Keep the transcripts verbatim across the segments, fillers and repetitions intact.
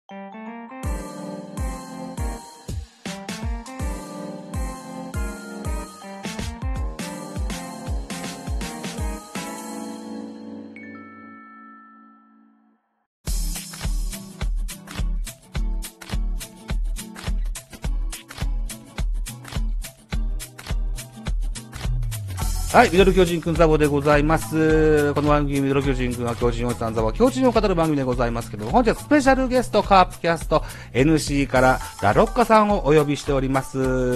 はい、ミドル巨人くんザボでございます。この番組、ミドル巨人くんは巨人おじさんザボは巨人を語る番組でございますけど、本日はスペシャルゲストカープキャスト エヌシー からラロッカさんをお呼びしております。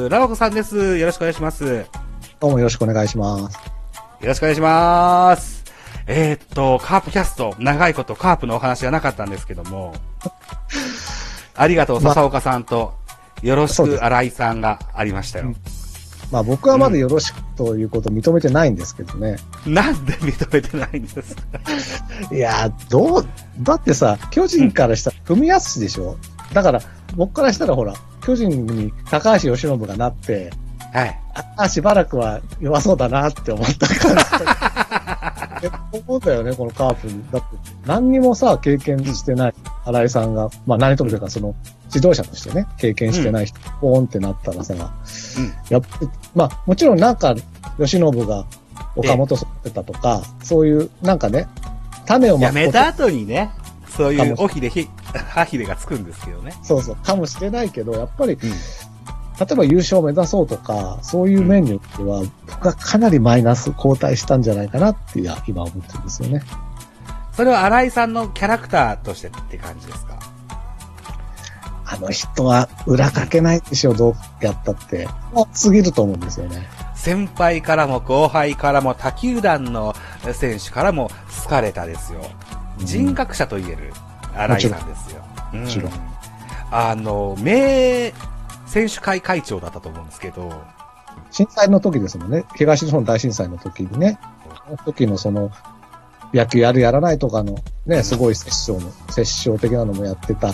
ラロッカさんです。よろしくお願いします。 どうもよろしくお願いします。 よろしくお願いします。えー、っと、カープキャスト、長いことカープのお話がなかったんですけども、ありがとう、笹岡さんと、よろしく新井さんがありましたよ。うんまあ僕はまだよろしくということを認めてないんですけどね。 うん、なんで認めてないんですかいや、どう、だってさ、巨人からしたら組みやすしでしょ、うん、だから僕からしたらほら、巨人に高橋由伸がなって、はい。あ、しばらくは弱そうだなって思ったから。思うんだよね、このカープに。だって何にもさ、経験してない新井さんが、まあ何ともというかその、指導者としてね、経験してない人、ポ、うん、ーンってなったらさ、うん、やっぱり、まあもちろんなんか、由伸が岡本育てたとか、そういうなんかね、種をまく。 やめた後にね、そういうおひれ、はひれがつくんですけどね。 そうそう、かもしれないけど、やっぱり、うん、例えば優勝を目指そうとか、そういう面によっては、うん、僕はかなりマイナス後退したんじゃないかなって今思ってるんですよね。 それは新井さんのキャラクターとしてって感じですか？ あの人は裏かけないでしょ、どうやったって。すぎると思うんですよね。 先輩からも後輩からも他球団の選手からも好かれたですよ。うん、人格者と言える新井さんですよ。 もちろん。うん、 あの、名選手会会長だったと思うんですけど。 震災の時ですもんね。東日本大震災の時にね。その時のその、野球やるやらないとかのね、すごい殺傷の、殺傷的なのもやってた。うん、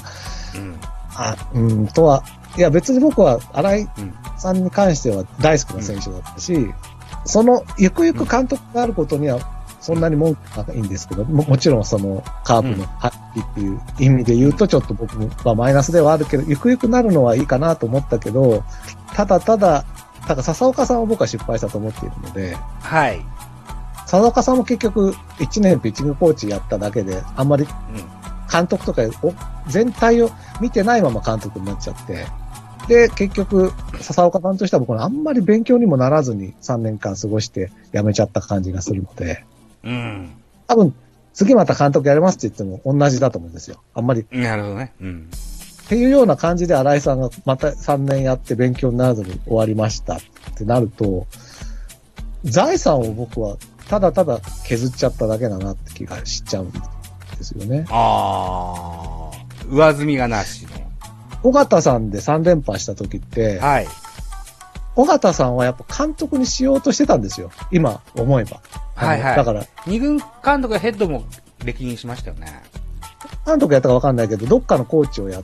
あ、うん、とは、いや別に僕は新井さんに関しては大好きな選手だったし、うん、そのゆくゆく監督があることにはそんなに文句がないんですけど、も, もちろんそのカープの発揮っていう意味で言うとちょっと僕はマイナスではあるけど、ゆくゆくなるのはいいかなと思ったけど、ただただ、ただ笹岡さんは僕は失敗したと思っているので、 はい。 笹岡さんも結局いちねんピッチングコーチやっただけで、あんまり監督とか全体を見てないまま監督になっちゃって、で、結局、笹岡さんとしては僕はあんまり勉強にもならずにさんねんかん過ごして辞めちゃった感じがするので、うん。多分、次また監督やれますって言っても同じだと思うんですよ。あんまり。 なるほどね。うん。 っていうような感じで新井さんがまたさんねんやって勉強にならずに終わりましたってなると、財産を僕はただただ削っちゃっただけだなって気がしちゃうんですよね。 ああ。上積みがなしの。 尾形さんでさん連覇した時って、はい。尾形さんはやっぱ監督にしようとしてたんですよ。今思えば。 はいはい。 だから。 二軍監督がヘッドも歴任しましたよね。 監督やったかわかんないけど、どっかのコーチをやって、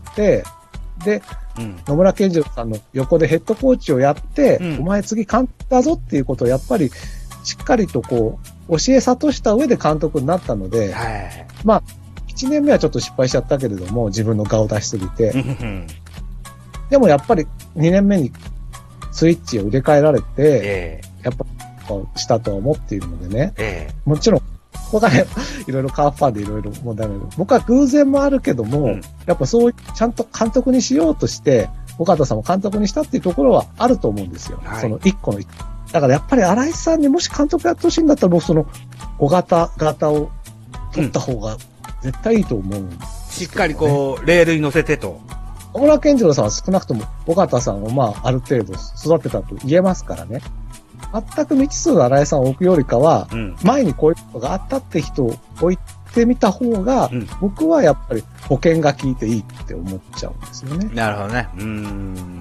で、うん、野村健次郎さんの横でヘッドコーチをやって、うん、お前次監督だぞっていうことをやっぱりしっかりとこう、教え諭した上で監督になったので、はい、まあ、いちねんめはちょっと失敗しちゃったけれども、自分の顔を出しすぎて。でもやっぱりにねんめにスイッチを入れ替えられて、えー、やっぱしたとは思っているのでね、えー、もちろん、ここがね、いろいろカープファンでいろいろ問題なので、僕は偶然もあるけども、うん、やっぱそう、ちゃんと監督にしようとして、岡田さんも監督にしたっていうところはあると思うんですよ。はい、その一個の。だからやっぱり新井さんにもし監督やってほしいんだったら、僕その、尾形型を取った方が絶対いいと思うんです、ね、 うん。しっかりこう、レールに乗せてと。 野村健次郎さんは少なくとも尾形さんをまあ、ある程度育てたと言えますからね。全く未知数の新井さんを置くよりかは、うん、前にこういうことがあったって人を置いてみた方が、うん、僕はやっぱり保険が効いていいって思っちゃうんですよね。 なるほどね。うーん。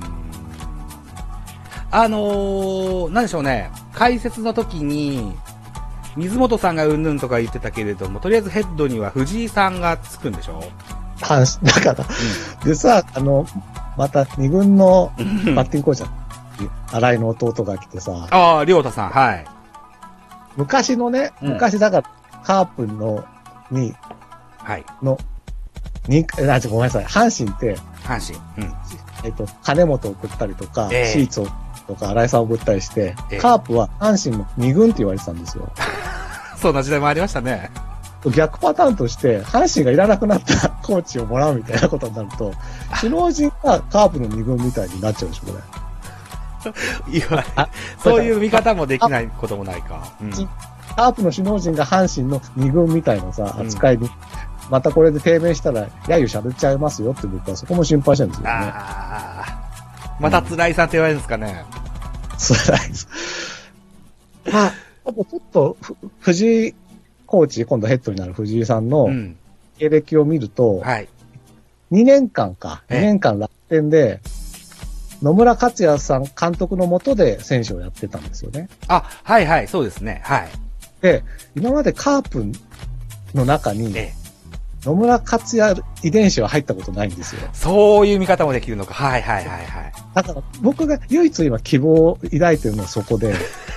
あのー、なんでしょうね。解説の時に、水本さんがうんぬんとか言ってたけれども、とりあえずヘッドには藤井さんがつくんでしょ？ 阪神、だから、うん、でさ、あの、また二軍のバッティングコーチだった。新井の弟が来てさ。 ああ、りょうたさん、はい。 昔のね、昔だから、カープの、に、はい。の、 人あ、ごめんなさい。阪神って、 阪神。うん。 えっと、金本を送ったりとか、 えー、 シーツをとか、新井さんを送ったりして、 えー、 カープは阪神のに軍って言われてたんですよ。 そんな時代もありましたね。 逆パターンとして、阪神がいらなくなったコーチをもらうみたいなことになると、首脳陣がカープのに軍みたいになっちゃうでしょ、これ。いわそういう見方もできないこともないか。うん、 カープの首脳陣が阪神のに軍みたいなさ、扱いに、うん、またこれで低迷したら、揶揄されちゃいますよって僕はそこも心配してるんですよね。 ああ。また辛いさんって言われるんですかね。 辛いです。まあ、あとちょっと、藤井コーチ、今度ヘッドになる藤井さんの経歴を見ると、うんはい、にねんかんか、にねんかん楽天で、野村克也さん監督の下で選手をやってたんですよね。 あ、はいはい、そうですね。はい。 で、今までカープの中に、野村克也遺伝子は入ったことないんですよ。 そういう見方もできるのか。はいはいはいはい。 だから僕が唯一今希望を抱いてるのはそこで。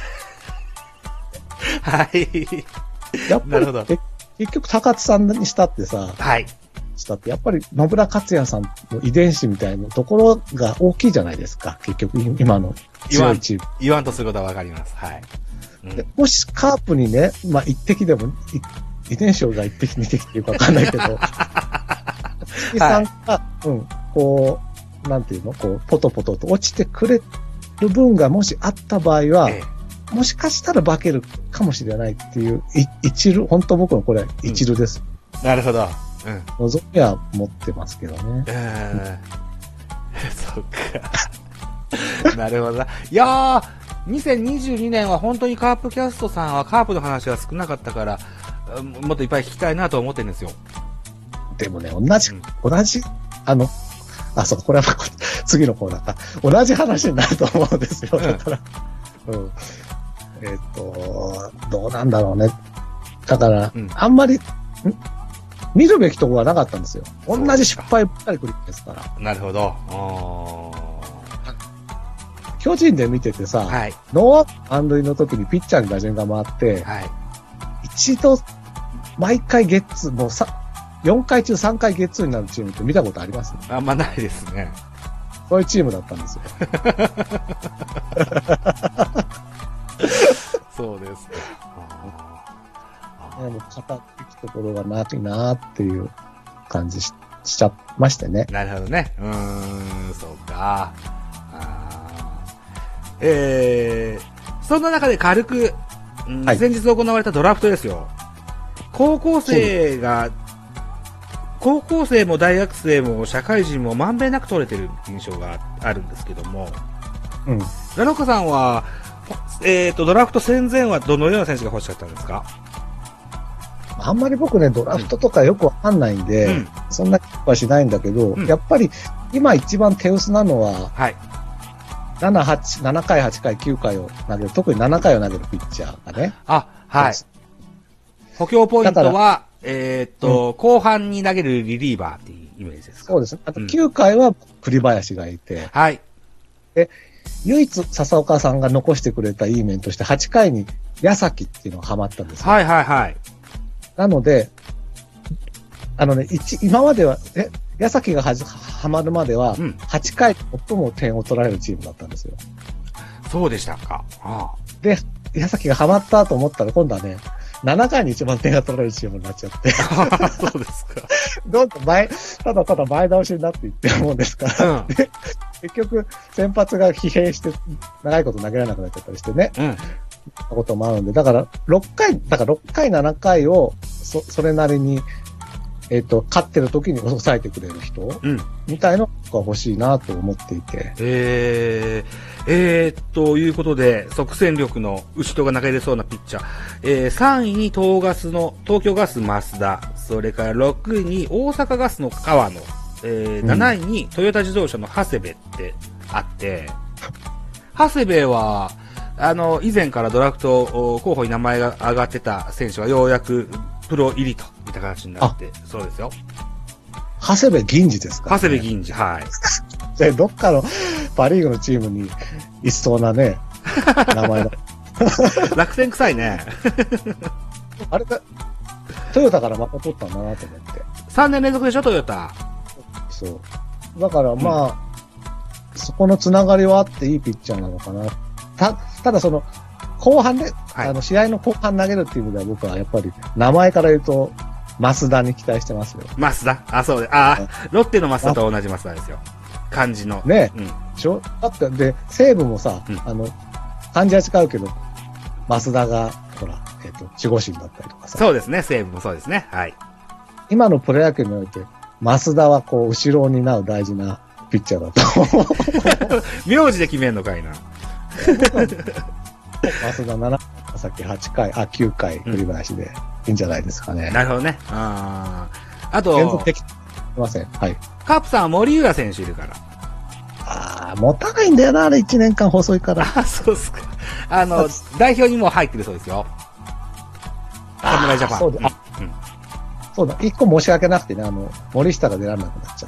はい。 やっぱり結局高津さんにしたってさ、 はい。 したってやっぱり野村克也さんの遺伝子みたいなところが大きいじゃないですか。結局今の強いチーム。 言わんとすることはわかります。はい。 うん、でもしカープにね、まあ一滴でも遺伝子が一滴二滴っていうかわかんないけど、藤井さんが、はい、うん、こうなんていうの、こうポトポトと落ちてくれる分がもしあった場合は。ええもしかしたら化けるかもしれないっていう、い一流、本当僕のこれ一流です。 うん、なるほど。 うん。望みは持ってますけどね。うん。 そっか。なるほどな。いやー、にせんにじゅうにねんは本当にカープキャストさんはカープの話が少なかったから、もっといっぱい聞きたいなと思ってるんですよ。 でもね、同じ、うん、同じ、あの、あ、そう、これは次のコーナーか。同じ話になると思うんですよ。だから。うん。うんえっと、どうなんだろうね。だから、うん、あんまり、見るべきところはなかったんですよ。同じ失敗ばっかり繰り返すから。 なるほど。 巨人で見ててさ、はい、ノーアウト満塁の時にピッチャーに打順が回って、はい、一度、毎回ゲッツー、もうさよんかい中さんかいゲッツーになるチームって見たことあります？ あんまないですね。 そういうチームだったんですよ。 そうですか。 もう語っていくところがないなっていう感じ し, しちゃいましてね。 なるほどね。うーん、そうか。あえー、そんな中で軽く、うんはい、先日行われたドラフトですよ。高校生が、高校生も大学生も社会人もまんべんなく取れてる印象があるんですけども、うん。ラロッカさんは、えっと、ドラフト戦前はどのような選手が欲しかったんですか？ あんまり僕ね、ドラフトとかよくわかんないんで、うん、そんな気はしないんだけど、うん、やっぱり今一番手薄なのは、はい、なな、はち、ななかい、はちかい、きゅうかいを投げる、特にななかいを投げるピッチャーがね。 あ、はい。補強ポイントは、えっと、うん、後半に投げるリリーバーっていうイメージですか？ そうです。あときゅうかいは栗林がいて、うん、はい。で、唯一笹岡さんが残してくれたいい面としてはちかいに矢崎っていうのがハマったんですよ。 はいはいはい。 なので、あのね、一今までは、え、矢崎がはじはまるまでは、うん、はちかい最も点を取られるチームだったんですよ。 そうでしたか。ああで、矢崎がハマったと思ったら今度はね、ななかいに一番点が取られるチームになっちゃって。 そうですか。 どんどん前、ただただ前倒しになっていってるもんですから。うん、で結局、先発が疲弊して、長いこと投げられなくなっちゃったりしてね。うん。こともあるんで、だから、ろっかい、だからろっかい、ななかいを、そ、それなりに、えっと、勝ってる時に抑えてくれる人、うん、みたいのが欲しいなと思っていて。 えー、えー、ということで、即戦力の牛戸が投げれそうなピッチャー。えー、さんいに東ガスの、東京ガス増田、それからろくいに大阪ガスの川野、えー、なないにトヨタ自動車の長谷部ってあって、長谷部は、あの、以前からドラフト候補に名前が上がってた選手がようやくプロ入りといった形になって、そうですよ。 長谷部銀次ですか、ね、 長谷部銀次、はい。 じゃどっかのパリーグのチームにいそうなね、名前だ。 楽天臭いね。 あれか、トヨタからまた取ったんだなと思って。 さんねん連続でしょ、トヨタ。 そう。だからまあ、うん、そこのつながりはあっていいピッチャーなのかな。た、ただその、後半で、はい、あの、試合の後半投げるっていう意味では僕はやっぱり、名前から言うと、増田に期待してますよ。 増田あ、そうで、ああ、ロッテの増田と同じ増田ですよ。漢字の。 ねえ。うん。ちょ、だって、で、西武もさ、うん、あの、漢字は違うけど、増田が、ほら、えっ、ー、と、守護神だったりとかさ。 そうですね、西武もそうですね。はい。 今のプロ野球において、増田はこう、後ろを担う大事なピッチャーだと。 名字で決めんのかいな。 増田なな、さっきはちかい、あ、きゅうかい、栗林でいいんじゃないですかね。 うん、なるほどね。ああ。あと、 連続的、すいません。はい。 カープさんは森浦選手いるから。 ああ、持たないんだよな、あれいちねんかん細いから。 あ、そうっすか。あの、代表にも入ってるそうですよ。侍ジャパン。 そうだ、うん。そうだ、一個申し訳なくてね、あの、森下が出られなくなっちゃった。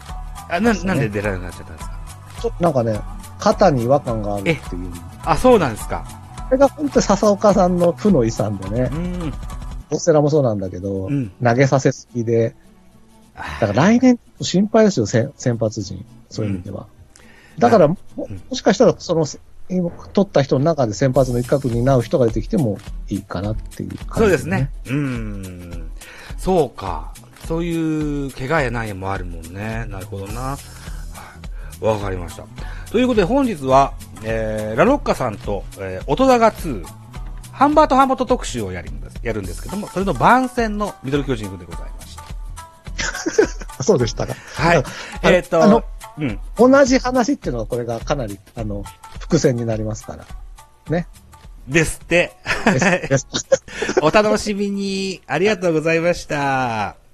あ、な、なんで出られなくなっちゃったんですか？ ちょっとなんかね、肩に違和感があるっていう。 あ、そうなんですか。 これが本当に笹岡さんの負の遺産でね。うん。オステラもそうなんだけど、うん、投げさせすぎで、だから来年心配ですよ、先発陣。そういう意味では。うん、だから、も、もしかしたら、その、今取った人の中で先発の一角に担う人が出てきてもいいかなっていう感じ、ね。 そうですね。うん。そうか。そういう怪我やないもあるもんね。なるほどな。わかりました。ということで本日は、えー、ラロッカさんと、えー、音高ツー、ハンバートハンバート特集をやるんです、やるんですけども、それの番宣のミドル巨人軍でございました。 そうでしたか。 はい。えっと、 あの、うん、同じ話っていうのはこれがかなり、あの、伏線になりますから。ね。 ですって。お楽しみに。ありがとうございました。